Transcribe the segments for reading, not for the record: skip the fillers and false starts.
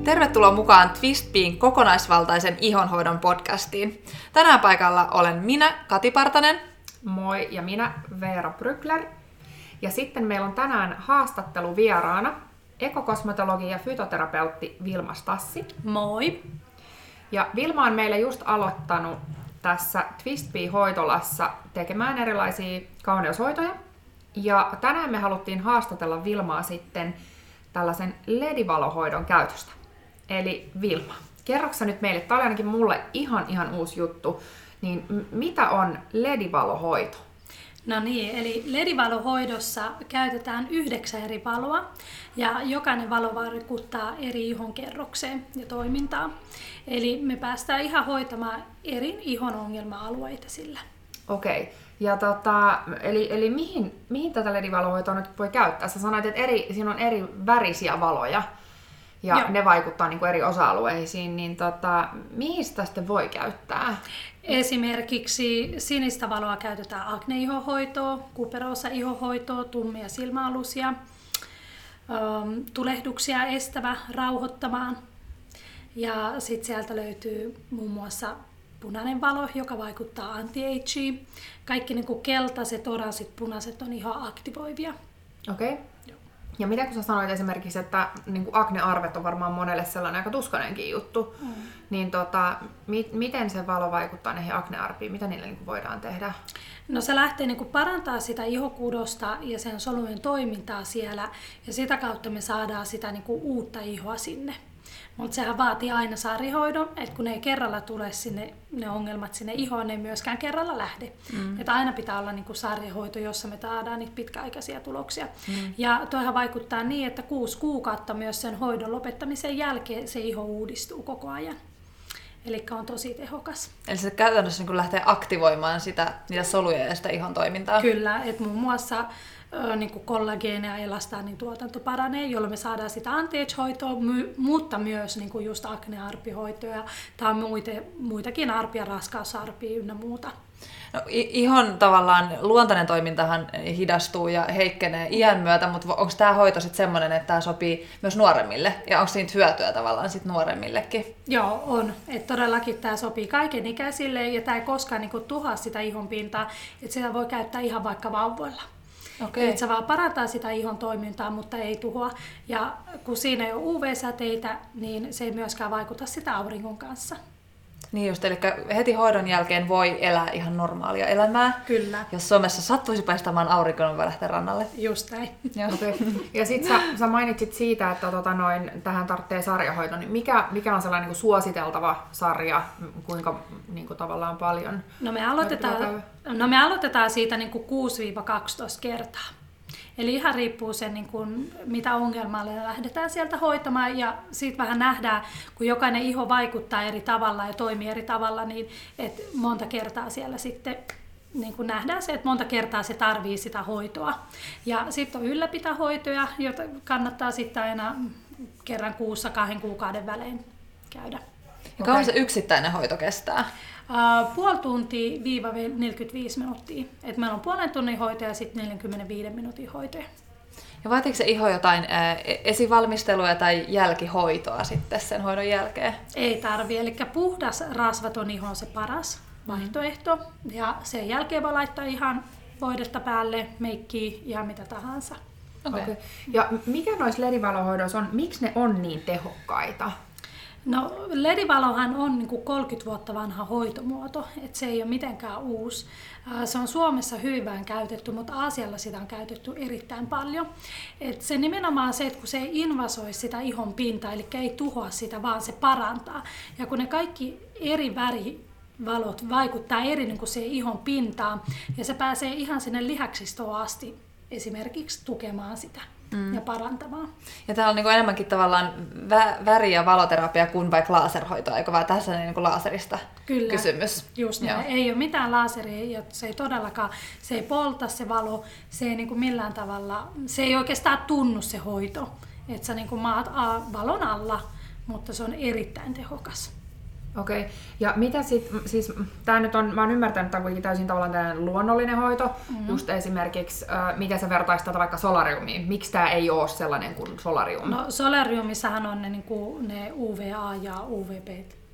Tervetuloa mukaan Twistbeen kokonaisvaltaisen ihonhoidon podcastiin. Tänään paikalla olen minä, Kati Partanen. Moi, ja minä, Veera Brückler. Ja sitten meillä on tänään haastattelu vieraana ekokosmetologi ja fytoterapeutti Vilma Stassi. Moi! Ja Vilma on meille just aloittanut tässä Twistbeen-hoitolassa tekemään erilaisia kauneushoitoja. Ja tänään me haluttiin haastatella Vilmaa sitten tällaisen ledivalohoidon käytöstä. Eli Vilma, kerroksä nyt meille, tämä oli ainakin mulle ihan uusi juttu, niin mitä on ledivalohoito? No niin, eli ledivalohoidossa käytetään 9 eri valoa ja jokainen valo vaikuttaa eri ihonkerrokseen ja toimintaan. Eli me päästään ihan hoitamaan eri ihon ongelma-alueita sillä. Okei. Ja eli mihin tätä ledivalohoitoa nyt voi käyttää? Sä sanoit, että siinä on eri värisiä valoja ja ne vaikuttaa niin kuin eri osa-alueisiin, niin mihin sitä sitten voi käyttää? Esimerkiksi sinistä valoa käytetään akne-ihohoitoa, kuperoosa-ihohoitoa, tummia silmäalusia, tulehduksia estävä, rauhoittamaan. Ja sitten sieltä löytyy muun muassa punainen valo, joka vaikuttaa anti-ageen. Kaikki niin kuin keltaiset, oranssit, punaiset on ihan aktivoivia. Okei. Ja mitä kun sä sanoit esimerkiksi, että niin kuin akne-arvet on varmaan monelle sellainen aika tuskainenkin juttu, niin miten se valo vaikuttaa niihin akne-arpiin? Mitä niille niin kuin voidaan tehdä? No se lähtee niin kuin parantaa sitä ihokudosta ja sen solujen toimintaa siellä, ja sitä kautta me saadaan sitä niin kuin uutta ihoa sinne. Mutta sehän vaatii aina saarihoidon, että kun ne ei kerralla tule sinne, ne ongelmat sinne ihoon, ne ei myöskään kerralla lähde. Että aina pitää olla niinku saarihoito, jossa me saadaan niitä pitkäaikaisia tuloksia. Ja toihan vaikuttaa niin, että 6 kuukautta myös sen hoidon lopettamisen jälkeen se iho uudistuu koko ajan. Eli on tosi tehokas. Eli se käytännössä niin lähtee aktivoimaan niitä soluja ja sitä ihon toimintaa. Kyllä, että muun muassa niin kuin kollageenia ja elastaanin tuotanto paranee, jolloin me saadaan sitä anti-age-hoitoa, mutta myös niin kuin just akne-arpihoitoja tai muitakin arpia, raskausarpia ynnä muuta. No, ihon tavallaan luontainen toimintahan hidastuu ja heikkenee iän myötä, mutta onko tämä hoito sitten semmoinen, että tämä sopii myös nuoremmille? Ja onko siitä hyötyä tavallaan sitten nuoremmillekin? Joo, on. Että todellakin tämä sopii kaikenikäisille ja tämä ei koskaan niin kuin tuhoa sitä ihon pintaa, että sitä voi käyttää ihan vaikka vauvoilla. Okay. Että se vaan parantaa sitä ihon toimintaa, mutta ei tuhoa. Ja kun siinä ei ole UV-säteitä, niin se ei myöskään vaikuta sitä auringon kanssa. Niin just, eli heti hoidon jälkeen voi elää ihan normaalia elämää. Kyllä. Jos Suomessa sattuisi paistamaan aurinko, niin voi lähteä rannalle. Just näin. Okay. Ja sitten sä mainitsit siitä, että tähän tarvitsee sarjahoito. Niin mikä on sellainen niin kuin suositeltava sarja, kuinka niin kuin tavallaan paljon? No me aloitetaan siitä niin kuin 6-12 kertaa. Eli ihan riippuu sen, niin kuin, mitä ongelmalle lähdetään sieltä hoitamaan, ja siitä vähän nähdään, kun jokainen iho vaikuttaa eri tavalla ja toimii eri tavalla, niin että monta kertaa siellä sitten niin kuin nähdään se, että monta kertaa se tarvii sitä hoitoa. Ja sitten on ylläpitohoitoja, joita kannattaa sitten aina kerran kuussa 2 kuukauden välein käydä. Ja kauan se yksittäinen hoito kestää? Puoli tuntia viiva 45 minuuttia. Et meillä on puolen tunnin hoitoja ja sitten 45 minuutin hoitoja. Ja vaatiiko se iho jotain esivalmistelua tai jälkihoitoa sitten sen hoidon jälkeen? Ei tarvi, eli puhdas rasvaton iho on se paras vaihtoehto. Ja sen jälkeen voi laittaa ihan voidetta päälle, meikkiä, ihan mitä tahansa. Okay. Ja mikä noissa ledivalohoidoissa on, miksi ne on niin tehokkaita? No ledivalohan on niin kuin 30 vuotta vanha hoitomuoto, että se ei ole mitenkään uusi. Se on Suomessa hyvin käytetty, mutta Aasialla sitä on käytetty erittäin paljon. Et se nimenomaan se, että kun se ei invasoi sitä ihon pintaa, eli ei tuhoa sitä, vaan se parantaa. Ja kun ne kaikki eri värivalot vaikuttaa eri niin kuin se ihon pintaan, ja se pääsee ihan sinne lihaksistoon asti esimerkiksi tukemaan sitä. Ja parantamaan. Ja täällä on niin kuin enemmänkin tavallaan väri- ja valoterapia kuin vaikka laserhoitoa, eikö vaan tässä niin kuin laserista Kyllä, kysymys? Just näin. Ei ole mitään laseria, ja se ei todellakaan, se ei polta se valo, se ei niin kuin millään tavalla, se ei oikeastaan tunnu se hoito, että sä niin kuin maat valon alla, mutta se on erittäin tehokas. Okei. Ja mitä sitten, siis tää nyt on, mä oon ymmärtänyt, että tämä on kuitenkin täysin tavallaan tällainen luonnollinen hoito, just esimerkiksi, miten sä vertaisit tätä vaikka solariumiin, miksi tää ei ole sellainen kuin solarium? No solariumissahan on ne UVA ja UVB.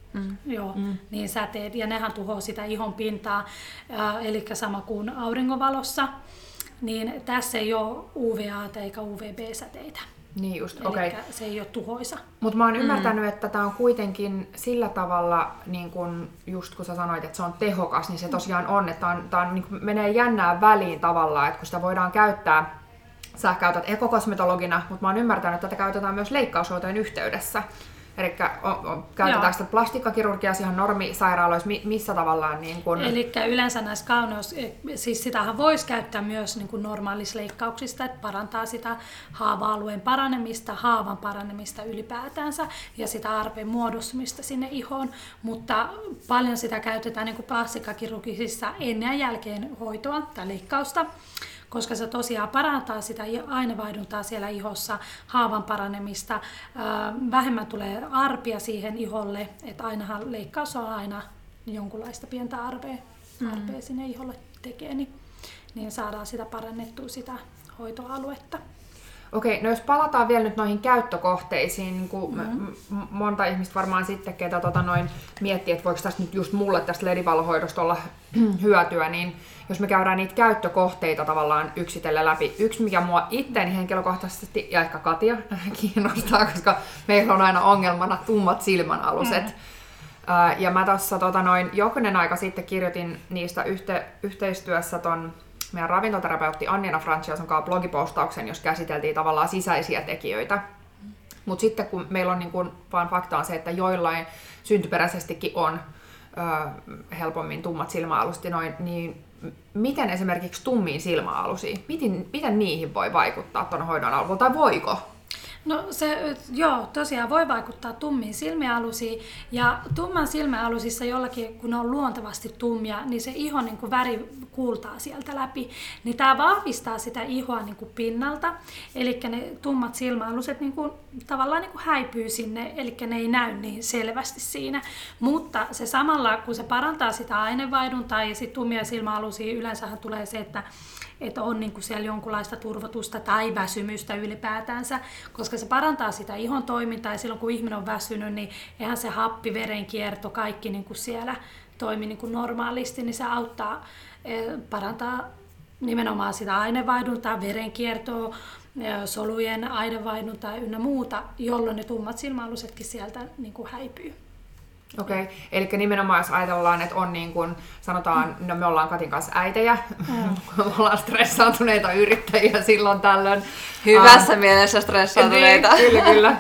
Niin säteet, ja nehän tuhoaa sitä ihon pintaa, eli sama kuin auringonvalossa, niin tässä ei ole UVA eikä UVB-säteitä. Niin just, eli okei. se ei ole tuhoisa. Mutta mä oon ymmärtänyt, että tämä on kuitenkin sillä tavalla, niin kun just kun sä sanoit, että se on tehokas, niin se tosiaan on, että tää on niin menee jännään väliin tavallaan, että kun sitä voidaan käyttää, sä käytät ekokosmetologina, mutta mä oon ymmärtänyt, että tätä käytetään myös leikkaushoitojen yhteydessä. Eli käytetään sitä plastiikkakirurgiassa ihan normisairaaloissa, missä tavallaan niin kun... Eli yleensä näissä siis sitähän voisi käyttää myös niin kuin normaalissa leikkauksista, että parantaa sitä haava-alueen paranemista, haavan paranemista ylipäätänsä ja sitä arpeen muodostumista sinne ihoon, mutta paljon sitä käytetään niin kuin plastiikkakirurgisissa ennen ja jälkeen hoitoa tai leikkausta, koska se tosiaan parantaa sitä ainevaihduntaa siellä ihossa, haavan paranemista, vähemmän tulee arpia siihen iholle, että ainahan leikkaus on aina jonkunlaista pientä arpea sinne iholle tekee, niin saadaan sitä parannettua sitä hoitoaluetta. Okei, no jos palataan vielä nyt noihin käyttökohteisiin, niin kuin monta ihmistä varmaan sitten, ketä miettii, että voiko tästä nyt just mulle tästä ledivalohoidosta olla hyötyä, niin jos me käydään niitä käyttökohteita tavallaan yksitellen läpi. Yksi, mikä mua itteeni henkilökohtaisesti ja ehkä Katia kiinnostaa, koska meillä on aina ongelmana tummat silmänaluset. Ja mä tuossa jokunen aika sitten kirjoitin niistä yhteistyössä ton meidän ravintoterapeutti Annina Francioson kanssa blogipostauksen, jos käsiteltiin tavallaan sisäisiä tekijöitä. Mutta sitten kun meillä on niin kun, vaan fakta on se, että joillain syntyperäisestikin on helpommin tummat silmäaluset, niin miten esimerkiksi tummiin silmäalusiin, miten niihin voi vaikuttaa tuon hoidon alueella, tai voiko? No tosiaan voi vaikuttaa tummiin silmäalusiin, ja tumman silmäalusissa jollakin, kun ne on luontevasti tummia, niin se ihon niin kuin väri kuultaa sieltä läpi, niin tämä vahvistaa sitä ihoa niin kuin pinnalta, eli ne tummat silmäaluset niin kuin, tavallaan niin kuin häipyy sinne, eli ne ei näy niin selvästi siinä, mutta se samalla, kun se parantaa sitä ainevaihduntaa ja sitten tummia silmäalusia, yleensähän tulee se, että on niin kuin siellä jonkunlaista turvotusta tai väsymystä ylipäätänsä, koska se parantaa sitä ihon toimintaa, ja silloin kun ihminen on väsynyt, niin eihän se happi, verenkierto, kaikki niin kuin siellä toimi niin kuin normaalisti, niin se auttaa, parantaa nimenomaan sitä ainevaihduntaa, verenkiertoa, solujen ainevaihduntaa ynnä muuta, jolloin ne tummat silmäalusetkin sieltä niin kuin häipyy. Okei, eli nimenomaan jos ajatellaan, että on niin kuin, sanotaan, no me ollaan Katin kanssa äitejä, me ollaan stressaantuneita yrittäjiä silloin tällöin. Hyvässä mielessä stressaantuneita. Kyllä.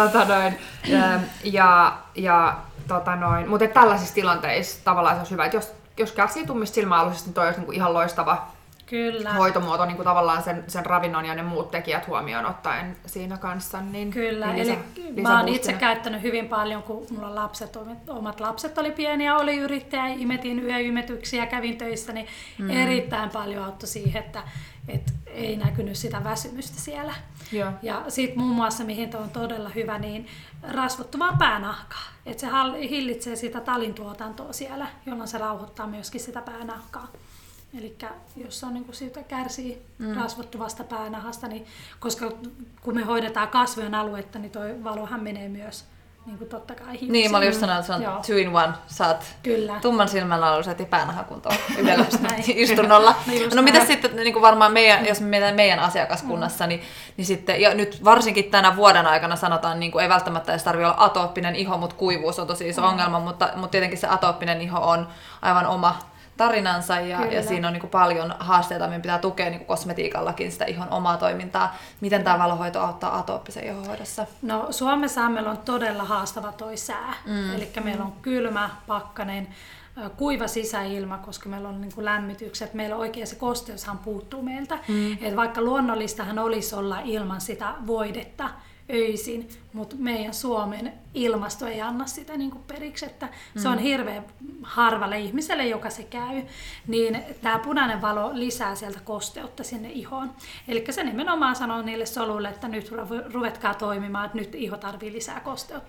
Mutta tällaisissa tilanteissa tavallaan se olisi hyvä, että jos kärsii tummista silmäalusista, niin toi olisi niin kuin ihan loistava hoitomuoto niin kuin tavallaan sen ravinnon ja ne muut tekijät huomioon ottaen siinä kanssa. Niin, kyllä, eli mä oon itse käyttänyt hyvin paljon, kun mulla omat lapset oli pieniä, oli yrittäjä, imetin yöymetyksiä, kävin töissä, niin erittäin paljon auttoi siihen, että ei näkynyt sitä väsymystä siellä. Joo. Ja sitten muun muassa, mihin tuo on todella hyvä, niin rasvottuvaa päänahkaa. Että se hillitsee sitä talintuotantoa siellä, jolloin se rauhoittaa myöskin sitä päänahkaa. Eli jos on, niin kun siitä kärsii rasvottuvasta päänahasta, niin koska kun me hoidetaan kasvojen aluetta, niin toi valohan menee myös niin kuin totta kai hiuksiin. Niin, mä olin just sanonut, että se on 2 in 1. Saat tumman silmänaluset ja päänahakuntoon yhdellä istunnolla. No mitä sitten, niin kuin varmaan jos me mietitään meidän asiakaskunnassa, niin sitten, ja nyt varsinkin tänä vuoden aikana sanotaan, niin kuin ei välttämättä edes tarvitse olla atooppinen iho, mutta kuivuus on tosi iso ongelma, mutta tietenkin se atooppinen iho on aivan oma tarinansa ja siinä on niin kuin paljon haasteita, meidän pitää tukea niin kuin kosmetiikallakin sitä ihon omaa toimintaa. Miten tämä valohoito auttaa atooppisen ihonhoidossa? No Suomessa meillä on todella haastava toi sää. Eli meillä on kylmä, pakkanen, kuiva sisäilma, koska meillä on niin kuin lämmitykset. Meillä oikein se kosteushan puuttuu meiltä. Et vaikka luonnollistahan olisi olla ilman sitä voidetta öisin, mutta meidän Suomen ilmasto ei anna sitä niin kuin periksi, että se on hirveän harvalle ihmiselle, joka se käy, niin tämä punainen valo lisää sieltä kosteutta sinne ihoon. Eli se nimenomaan sanoo niille soluille, että nyt ruvetkaa toimimaan, että nyt iho tarvii lisää kosteutta.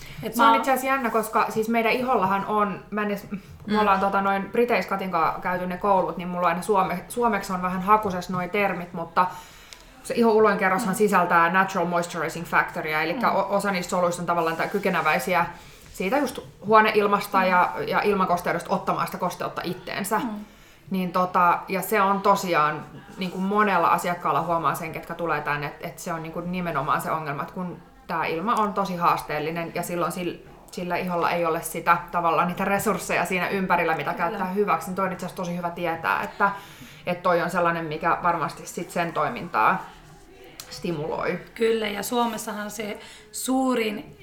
Se on itse asiassa jännä, koska siis meidän ihollahan on, me ollaan Briteiskatin kanssa käyty ne koulut, niin mulla aina suomeksi on vähän hakusessa nuo termit, mutta se ihon uloinkerroshan sisältää natural moisturizing factoria, eli osa niistä soluista on tavallaan kykeneväisiä siitä just huoneilmasta ja ilmakosteudesta ottamaan sitä kosteutta itteensä. Niin ja se on tosiaan, niin kuin monella asiakkaalla huomaa sen, ketkä tulee tänne, että se on niin kuin nimenomaan se ongelma, että kun tämä ilma on tosi haasteellinen ja silloin sillä iholla ei ole sitä tavallaan niitä resursseja siinä ympärillä, mitä käyttää hyväksi, niin toi on itse asiassa tosi hyvä tietää, että toi on sellainen, mikä varmasti sit sen toimintaa stimuloi. Kyllä, ja Suomessahan se suurin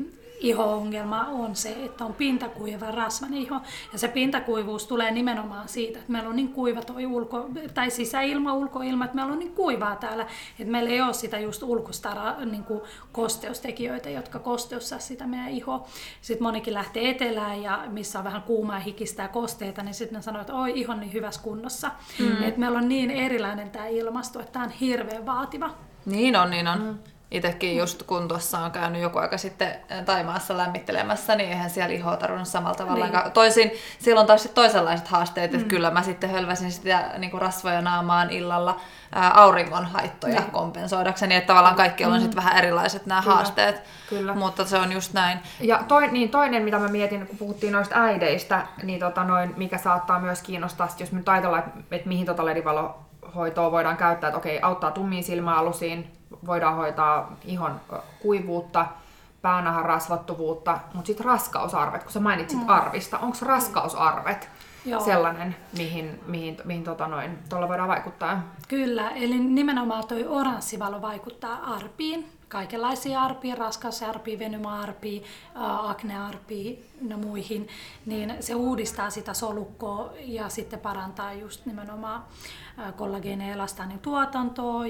iho-ongelma on se, että on pintakuiva rasvainen iho. Ja se pintakuivuus tulee nimenomaan siitä, että meillä on niin kuiva toi sisäilma, ulkoilma, että meillä on niin kuivaa täällä, että meillä ei ole sitä just ulkoista niin kuin kosteustekijöitä, jotka kosteussaa sitä meidän ihoa. Sitten monikin lähtee etelään ja missä on vähän kuumaa, hikistä ja kosteita, niin sitten ne sanoo, että oi, iho on niin hyvässä kunnossa. Että meillä on niin erilainen tämä ilmasto, että tämä on hirveän vaativa. Niin on. Itsekin just kun tuossa on käynyt joku aika sitten Thaimaassa lämmittelemässä, niin eihän siellä ihoa tarvinnut samalla tavalla. Niin. Toisin, silloin taas toisenlaiset haasteet, että kyllä mä sitten hölväsin sitä niin kuin rasvoja naamaan illalla auringon haittoja kompensoidakseni, että tavallaan kaikilla on sitten vähän erilaiset nämä haasteet, mutta se on just näin. Ja toinen, mitä mä mietin, kun puhuttiin noista äideistä, niin mikä saattaa myös kiinnostaa, jos me ajatellaan, että mihin ledivalohoitoa voidaan käyttää, että okei, auttaa tummiin silmäalusiin, voidaan hoitaa ihon kuivuutta, päänahan rasvattuvuutta, mutta sitten raskausarvet, kun sä mainitsit arvista, onko raskausarvet sellainen, mihin tuolla voidaan vaikuttaa? Kyllä, eli nimenomaan tuo oranssivalo vaikuttaa arpiin, kaikenlaisia arpia, raskausarpia, venymäarpia, aknearpia ja muihin, niin se uudistaa sitä solukkoa ja sitten parantaa just nimenomaan kollageenin ja elastaanin tuotantoa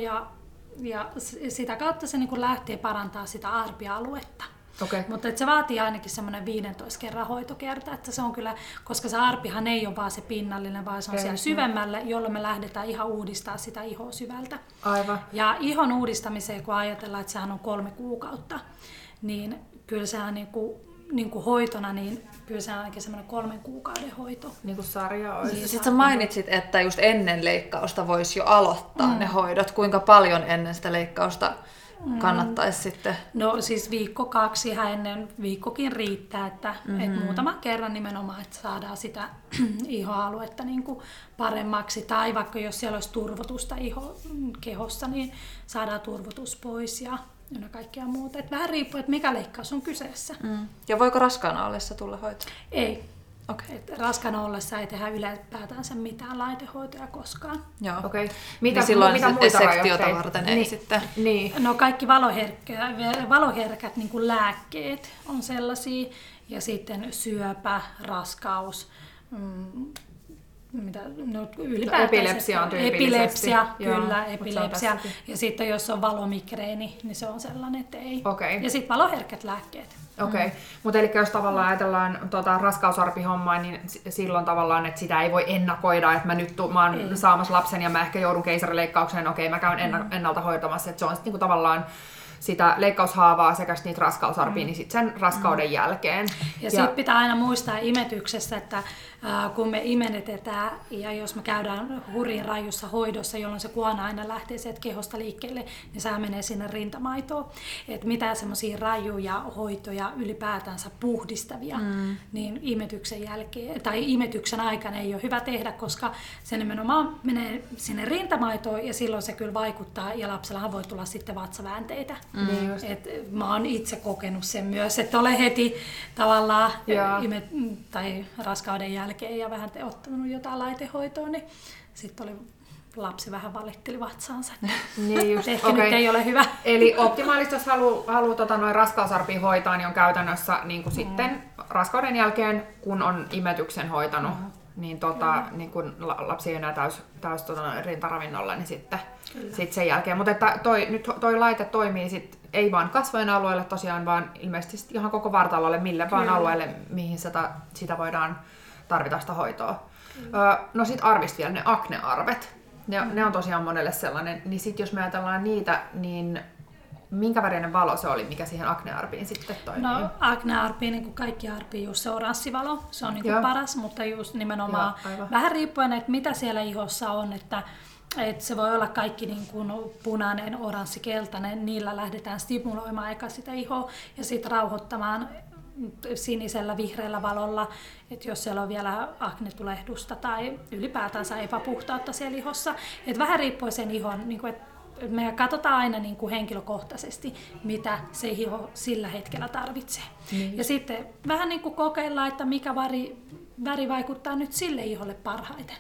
ja sitä kautta se niin lähtee parantaa sitä arpialuetta. Okay. Mutta se vaatii ainakin semmoinen 15 kerran hoitokerta, että se on kyllä, koska se arpihan ei ole vaan se pinnallinen, vaan se on siellä syvemmällä, jolloin me lähdetään ihan uudistaa sitä ihoa syvältä. Aivan. Ja ihon uudistamiseen, kun ajatellaan, että sehän on 3 kuukautta, niin kyllä sehän niin kuin hoitona, niin kyllä se on ainakin semmoinen 3 kuukauden hoito. Niin kuin sarja olisi. Niin, sitten sä mainitsit, että just ennen leikkausta voisi jo aloittaa ne hoidot. Kuinka paljon ennen sitä leikkausta kannattaisi sitten? No siis 1-2 ihan ennen, viikkokin riittää, että muutaman kerran nimenomaan, että saadaan sitä ihoaluetta niin kuin paremmaksi. Tai vaikka jos siellä olisi turvotusta kehossa, niin saadaan turvotus pois ja kaikkea muuta. Et vähän riippuu, että mikä leikkaus on kyseessä. Ja voiko raskaana ollessa tulla hoitoa? Ei. Okay. Raskaana ollessa ei tehdä ylipäätänsä mitään laitehoitoja koskaan. Joo. Okay. Mitä muita sektiota varten ei sitten? Niin. No kaikki valoherkät niin kuin lääkkeet on sellaisia. Ja sitten raskaus, epilepsia on tyypillisesti. Epilepsia, kyllä, epilepsia. Ja sitten jos on valomigreeni, niin se on sellainen, että ei. Okay. Ja sitten valoherkät lääkkeet. Okei, mutta eli jos tavallaan ajatellaan raskausarpihommaa, niin silloin tavallaan, että sitä ei voi ennakoida, että mä oon saamassa lapsen ja mä ehkä joudun keisarileikkaukseen, okei, mä käyn ennalta hoitamassa, että se on sitten niinku tavallaan sitä leikkaushaavaa sekä niitä raskausarpia, niin sitten sen raskauden jälkeen. Ja sitten pitää aina muistaa imetyksessä, että kun me imenetetään ja jos me käydään hurjin rajussa hoidossa, jolloin se kuona aina lähtee sieltä kehosta liikkeelle, niin sehän menee sinne rintamaitoon. Että mitään semmoisia rajuja hoitoja ylipäätänsä puhdistavia, niin imetyksen jälkeen tai imetyksen aikana ei ole hyvä tehdä, koska se nimenomaan menee sinne rintamaitoon ja silloin se kyllä vaikuttaa ja lapsellahan voi tulla sitten vatsaväänteitä. Mä oon itse kokenut sen myös, että olen heti tavallaan tai raskauden jälkeen ja vähän ottanut jotain laitehoitoa, niin sitten oli lapsi vähän valitteli vatsaansa. Niin just, ehkä nyt ei ole hyvä. Eli optimaalista, jos haluaa raskausarpia hoitaa, niin on käytännössä niin kuin sitten raskauden jälkeen, kun on imetyksen hoitanut, niin, niin kun lapsi ei enää täys rintaravinnolla, niin sitten sen jälkeen. Mutta että toi laite toimii sit, ei vaan kasvojen alueelle tosiaan, vaan ilmeisesti ihan koko vartalolle, mille vaan alueelle, mihin sitä voidaan tarvita sitä hoitoa. No sit arvista vielä ne aknearvet. Ne on tosiaan monelle sellainen. Niin sit jos me ajatellaan niitä, niin minkä värinen valo se oli, mikä siihen aknearpiin sitten toimii? No aknearpiin, niin kuin kaikki arpiin, just se oranssivalo, se on niin kuin paras, mutta just nimenomaan vähän riippuen, että mitä siellä ihossa on, että se voi olla kaikki niin kuin punainen, oranssi, keltainen, niillä lähdetään stimuloimaan eka sitä ihoa ja sitten rauhoittamaan sinisellä, vihreällä valolla, että jos siellä on vielä aknetulehdusta tai ylipäätänsä epäpuhtautta siellä ihossa. Että vähän riippuu sen ihon, niin kuin, että me katsotaan aina niin kuin henkilökohtaisesti, mitä se iho sillä hetkellä tarvitsee. Ja sitten vähän niin kuin kokeillaan, että mikä väri vaikuttaa nyt sille iholle parhaiten.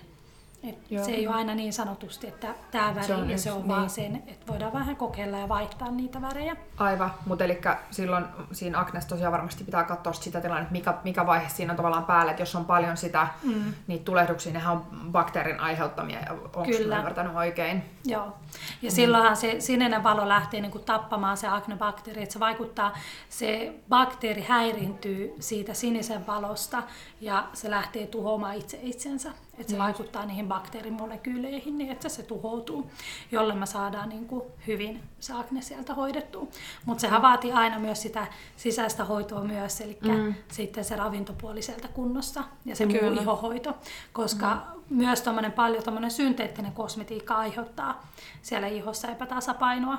Se ei ole aina niin sanotusti, että tämä väri se on vaan sen, että voidaan vähän kokeilla ja vaihtaa niitä värejä. Aivan, mutta eli silloin siinä aknessa tosiaan varmasti pitää katsoa sitä tilannetta, mikä vaihe siinä on tavallaan päällä, että jos on paljon sitä, niitä tulehduksia, nehän on bakteerin aiheuttamia, ja onko sinä ymmärtänyt oikein? Joo, ja silloinhan se sininen valo lähtee niin kuin tappamaan se aknebakteeri, että se vaikuttaa, se bakteeri häiriintyy siitä sinisen valosta ja se lähtee tuhoamaan itsensä. Että se vaikuttaa niihin bakteerimolekyyleihin niin, että se tuhoutuu, jolle me saadaan niin kuin hyvin se akne sieltä hoidettua. Mutta sehän vaatii aina myös sitä sisäistä hoitoa myös, eli sitten se ravintopuoli sieltä kunnossa ja se muu ihohoito, koska myös paljon synteettinen kosmetiikka aiheuttaa siellä ihossa epätasapainoa.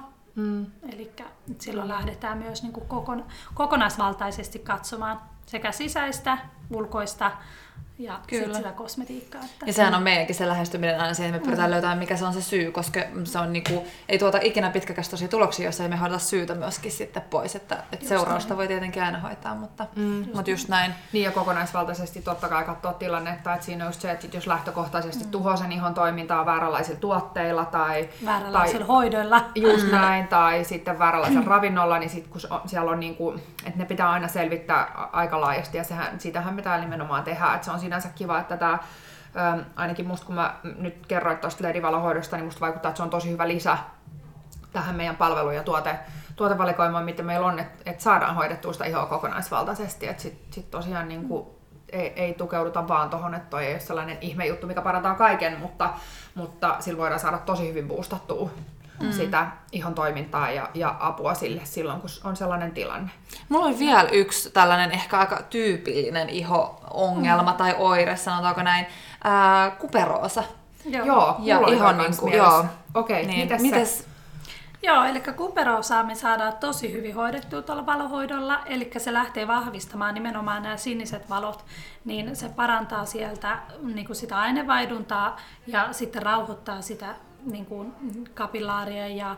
Eli silloin lähdetään myös niin kuin kokonaisvaltaisesti katsomaan sekä sisäistä, ulkoista ja sitä kosmetiikkaa. Ja sehän on meidänkin se lähestyminen aina siihen, että me pyritään löytämään, mikä se on se syy, koska se on niinku, ei tuota ikinä pitkäkestoisia tuloksia, jos ei me hoideta syytä myöskin sitten pois. Että seurausta voi tietenkin aina hoitaa, mutta just näin. Niin ja kokonaisvaltaisesti totta kai katsoa tilannetta, että siinä on just se, että jos lähtökohtaisesti tuhoaa sen ihon toimintaa vääränlaisilla tuotteilla tai vääränlaisilla hoidoilla. Just näin, tai sitten vääränlaisella ravinnolla, niin sit, kun siellä on niinku, että ne pitää aina selvittää aika laajasti ja siitähän me täällä nimenomaan tehdään, että se on sinänsä kiva, että tämä, ainakin musta kun mä nyt kerroin tuosta LED-valohoidosta, niin musta vaikuttaa, että se on tosi hyvä lisä tähän meidän palvelu- ja tuotevalikoimaan, mitä meillä on, että saadaan hoidettua sitä ihoa kokonaisvaltaisesti, että sit tosiaan niin kuin ei tukeuduta vaan tuohon, että toi ei ole sellainen ihmejuttu, mikä parantaa kaiken, mutta sillä voidaan saada tosi hyvin boostattua sitä ihon toimintaa ja apua sille silloin, kun on sellainen tilanne. Mulla on vielä yksi tällainen ehkä aika tyypillinen iho-ongelma tai oire, sanotaanko näin, kuperoosa. Joo, ja ihon mielessä. Okei, niin, mites? Joo, eli kuperoosaa me saadaan tosi hyvin hoidettua tuolla valohoidolla, eli se lähtee vahvistamaan nimenomaan nämä siniset valot, niin se parantaa sieltä niin kuin sitä ainevaihduntaa ja sitten rauhoittaa sitä niin kuin kapillaarien ja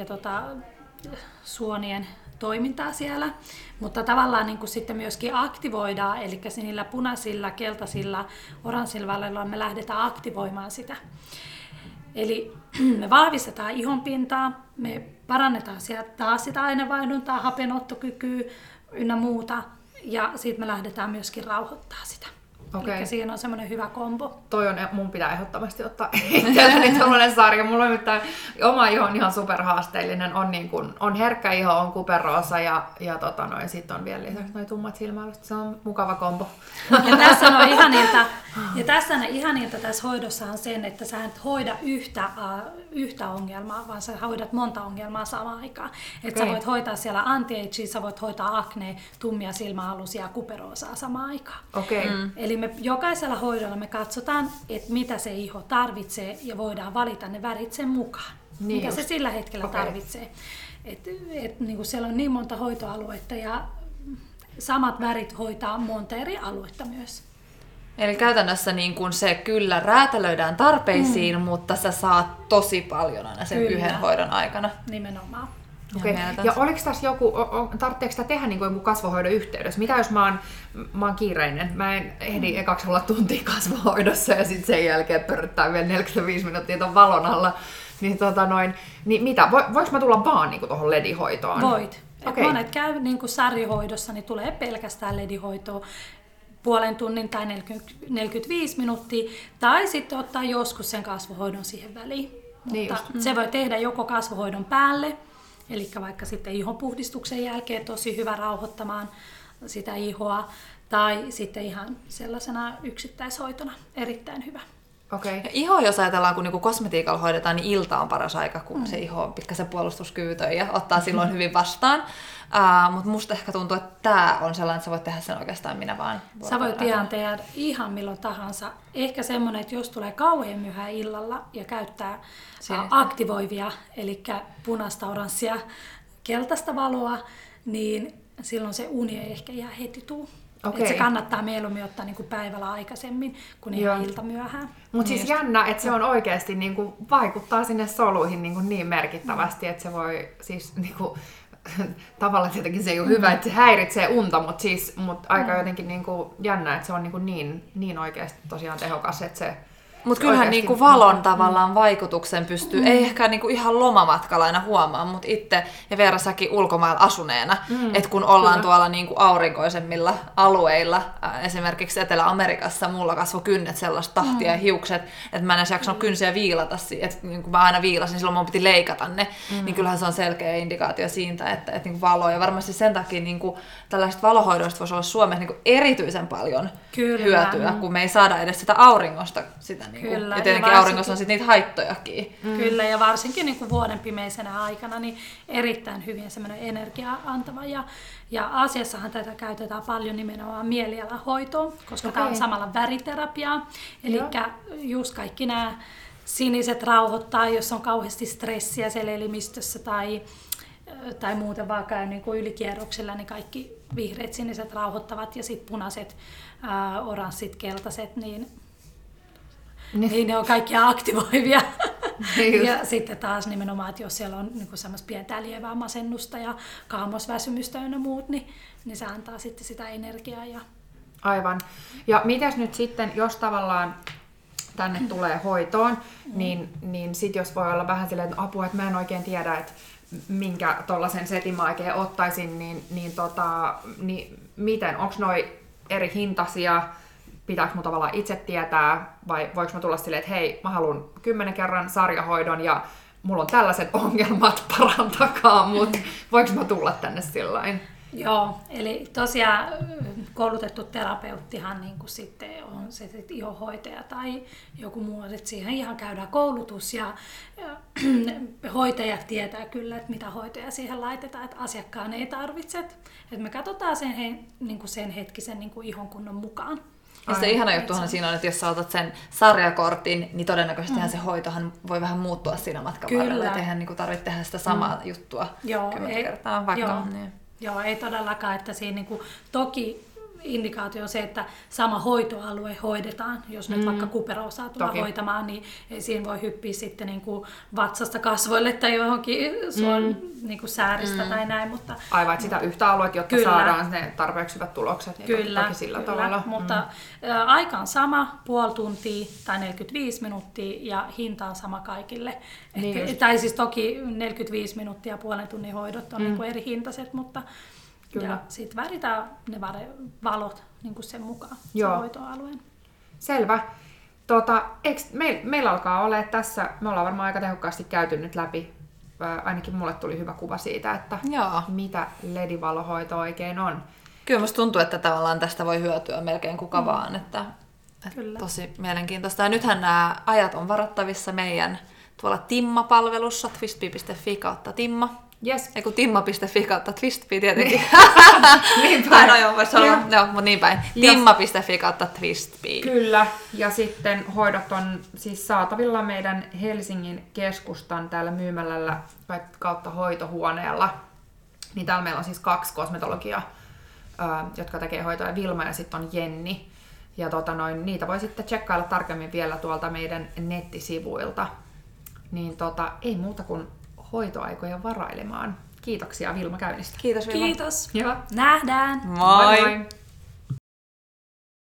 suonien toimintaa siellä, mutta tavallaan niin kuin sitten myöskin aktivoidaan, eli niillä punaisilla, keltaisilla, oranssilla valoilla me lähdetään aktivoimaan sitä. Eli me vahvistetaan ihonpintaa, me parannetaan sieltä taas sitä ainevaihduntaa, hapenottokykyä ynnä muuta, ja sitten me lähdetään myöskin rauhoittaa sitä. Eli siinä on semmoinen hyvä kombo. Mun pitää ehdottomasti ottaa itselleni tällainen sarja. Mulla on oma iho on ihan superhaasteellinen. On herkkä iho, on kuperoosa ja sitten on vielä lisäksi noi tummat silmäalustat. Se on mukava kombo. Ja tässä on ihaninta tässä hoidossa on sen, että sä et hoida yhtä ongelmaa, vaan sä hoidat monta ongelmaa samaan aikaan. Että sä voit hoitaa siellä anti-agea, sä voit hoitaa aknea, tummia silmäalusia ja kuperoosaa samaan aikaan. Eli me jokaisella hoidolla me katsotaan, että mitä se iho tarvitsee ja voidaan valita ne värit sen mukaan, mikä se sillä hetkellä tarvitsee. Niin kuin siellä on niin monta hoitoaluetta ja samat värit hoitaa monta eri aluetta myös. Eli käytännössä niin kun se kyllä räätälöidään tarpeisiin, mutta sä saat tosi paljon aina sen yhden hoidon aikana. Nimenomaan. Ja oliko tässä joku, tarvitseeko sitä tehdä niin kuin joku kasvohoidon yhteydessä? Mitä jos mä oon kiireinen? Mä en ehdi ekaksi olla tuntia kasvohoidossa ja sitten sen jälkeen pörrittää vielä 45 minuuttia ton valon alla. Niin mitä? Voinko mä tulla vaan niin tuohon LED-hoitoon? Voit. Monet käy niin kuin sarjahoidossa, niin tulee pelkästään LED-hoitoa puolen tunnin tai 45 minuuttia. Tai sitten ottaa joskus sen kasvohoidon siihen väliin. Mutta se voi tehdä joko kasvohoidon päälle, eli vaikka sitten ihonpuhdistuksen jälkeen tosi hyvä rauhoittamaan sitä ihoa, tai sitten ihan sellaisena yksittäishoitona erittäin hyvä. Okay. Ja iho, jos ajatellaan, kun niinku kosmetiikalla hoidetaan, niin ilta on paras aika, kun se iho on pikkasen puolustuskyvytön ja ottaa silloin hyvin vastaan. Mutta musta ehkä tuntuu, että tää on sellainen, että sä voit tehdä sen oikeastaan minä vaan. Sä voit tehdä ihan milloin tahansa. Ehkä semmoinen, että jos tulee kauhean myöhään illalla ja käyttää aktivoivia, eli punaista, oranssia, keltaista valoa, niin silloin se uni ei ehkä ihan heti tuu. Okay. Se kannattaa mieluummin ottaa niinku päivällä aikaisemmin kuin ihan ilta myöhään. Mutta siis jännä, että se on oikeasti niinku, vaikuttaa sinne soluihin niin merkittävästi, että se voi siis niinku, tavallaan tietenkin se ei ole hyvä, että se häiritsee unta, mutta aika jotenkin niinku, jännä, että se on niin oikeasti tosiaan tehokas, että se... Mutta kyllähän niinku valon tavallaan vaikutuksen pystyy, ei ehkä niinku ihan lomamatkalla aina huomaa, mutta itse ja Veera säkin ulkomailla asuneena, että kun ollaan tuolla niinku aurinkoisemmilla alueilla, esimerkiksi Etelä-Amerikassa mulla kasvoi kynnet sellaista tahtia ja hiukset, että mä en edes jaksanut kynsiä viilata, että kun mä aina viilasin, silloin mun piti leikata ne, niin kyllähän se on selkeä indikaatio siitä, että niinku valo, ja varmasti sen takia niinku tällaisista valohoidoista voisi olla Suomessa niinku erityisen paljon hyötyä, kun me ei saada edes sitä auringosta sitä. Kyllä, ja tietenkin auringossa on sitten niitä haittojakin. Kyllä, ja varsinkin niin kuin vuoden pimeisenä aikana niin erittäin hyvin semmoinen energiaa antava. Ja Aasiassahan tätä käytetään paljon nimenomaan mielialahoitoon, koska tämä on samalla väriterapiaa. Eli just kaikki nämä siniset rauhoittaa, jos on kauheasti stressiä siellä elimistössä tai muuten vaan käy niin kuin ylikierroksilla, niin kaikki vihreät, siniset rauhoittavat ja sitten punaiset, oranssit, keltaiset, niin ne on kaikkia aktivoivia. Ja sitten taas nimenomaan, että jos siellä on niin semmoista pientä lievää masennusta ja kaamosväsymystä ja muut, niin se antaa sitten sitä energiaa. Aivan. Ja mitäs nyt sitten, jos tavallaan tänne tulee hoitoon, niin sit jos voi olla vähän silleen, että apua, että mä en oikein tiedä, että minkä tollasen setin mä oikein ottaisin, niin miten, onko noi eri hintaisia? Pitääkö mun tavallaan itse tietää, vai voiko mä tulla silleen, että hei, mä haluan 10 kerran sarjahoidon ja mulla on tällaiset ongelmat, parantakaa mut. Voiko mä tulla tänne sillain? Joo, eli tosiaan koulutettu terapeuttihan niin kuin sitten on se ihohoitaja tai joku muu, että siihen ihan käydään koulutus ja hoitajat tietää kyllä, että mitä hoitoja siihen laitetaan, että asiakkaan ei tarvitse. Että me katsotaan sen hetkisen niin kuin ihon kunnon mukaan. Ja se ihana juttuhan siinä on, että jos sä otat sen sarjakortin, niin todennäköisesti se hoitohan voi vähän muuttua siinä matkan varrella. Että eihän niin tarvitse tehdä sitä samaa juttua 10 kertaa vaikka. Joo, ei todellakaan, että siinä niin kuin, toki indikaatio on se, että sama hoitoalue hoidetaan. Jos nyt vaikka kuperoa saa tulla hoitamaan, niin ei siinä voi hyppiä sitten niin kuin vatsasta kasvoille tai johonkin suon niin kuin sääristä tai näin. Mutta, aivan, että sitä yhtä aluetta, jotta saadaan ne tarpeeksi hyvät tulokset, niin toki sillä tavalla. Mutta aika on sama, puoli tuntia tai 45 minuuttia ja hinta on sama kaikille. Niin tai siis toki 45 minuuttia ja puolen tunnin hoidot on niin kuin eri hintaiset, mutta ja sitten väritään ne valot niin kuin sen mukaan, sen hoitoalueen. Selvä. Meillä alkaa olla tässä, me ollaan varmaan aika tehokkaasti käyty nyt läpi, ainakin mulle tuli hyvä kuva siitä, että mitä LED-valohoito oikein on. Kyllä musta tuntuu, että tavallaan tästä voi hyötyä melkein kuka vaan, että tosi mielenkiintoista. Ja nythän nämä ajat on varattavissa meidän tuolla Timma-palvelussa, twistbee.fi/Timma. Yes. Eiku timma.fi/twistbee tietenkin. Niin päin. Mutta niin päin. Timma.fi/twistbee. Kyllä. Ja sitten hoidot on siis saatavilla meidän Helsingin keskustan täällä myymälällä kautta hoitohuoneella. Niin täällä meillä on siis 2 kosmetologia, jotka tekee hoitoa, Vilma ja sitten on Jenni. Ja niitä voi sitten tsekkailla tarkemmin vielä tuolta meidän nettisivuilta. Niin ei muuta kuin hoitoaikoja varailemaan. Kiitoksia Vilma käynnistä. Kiitos Vilma. Kiitos. Joo. Nähdään. Moi. Moi.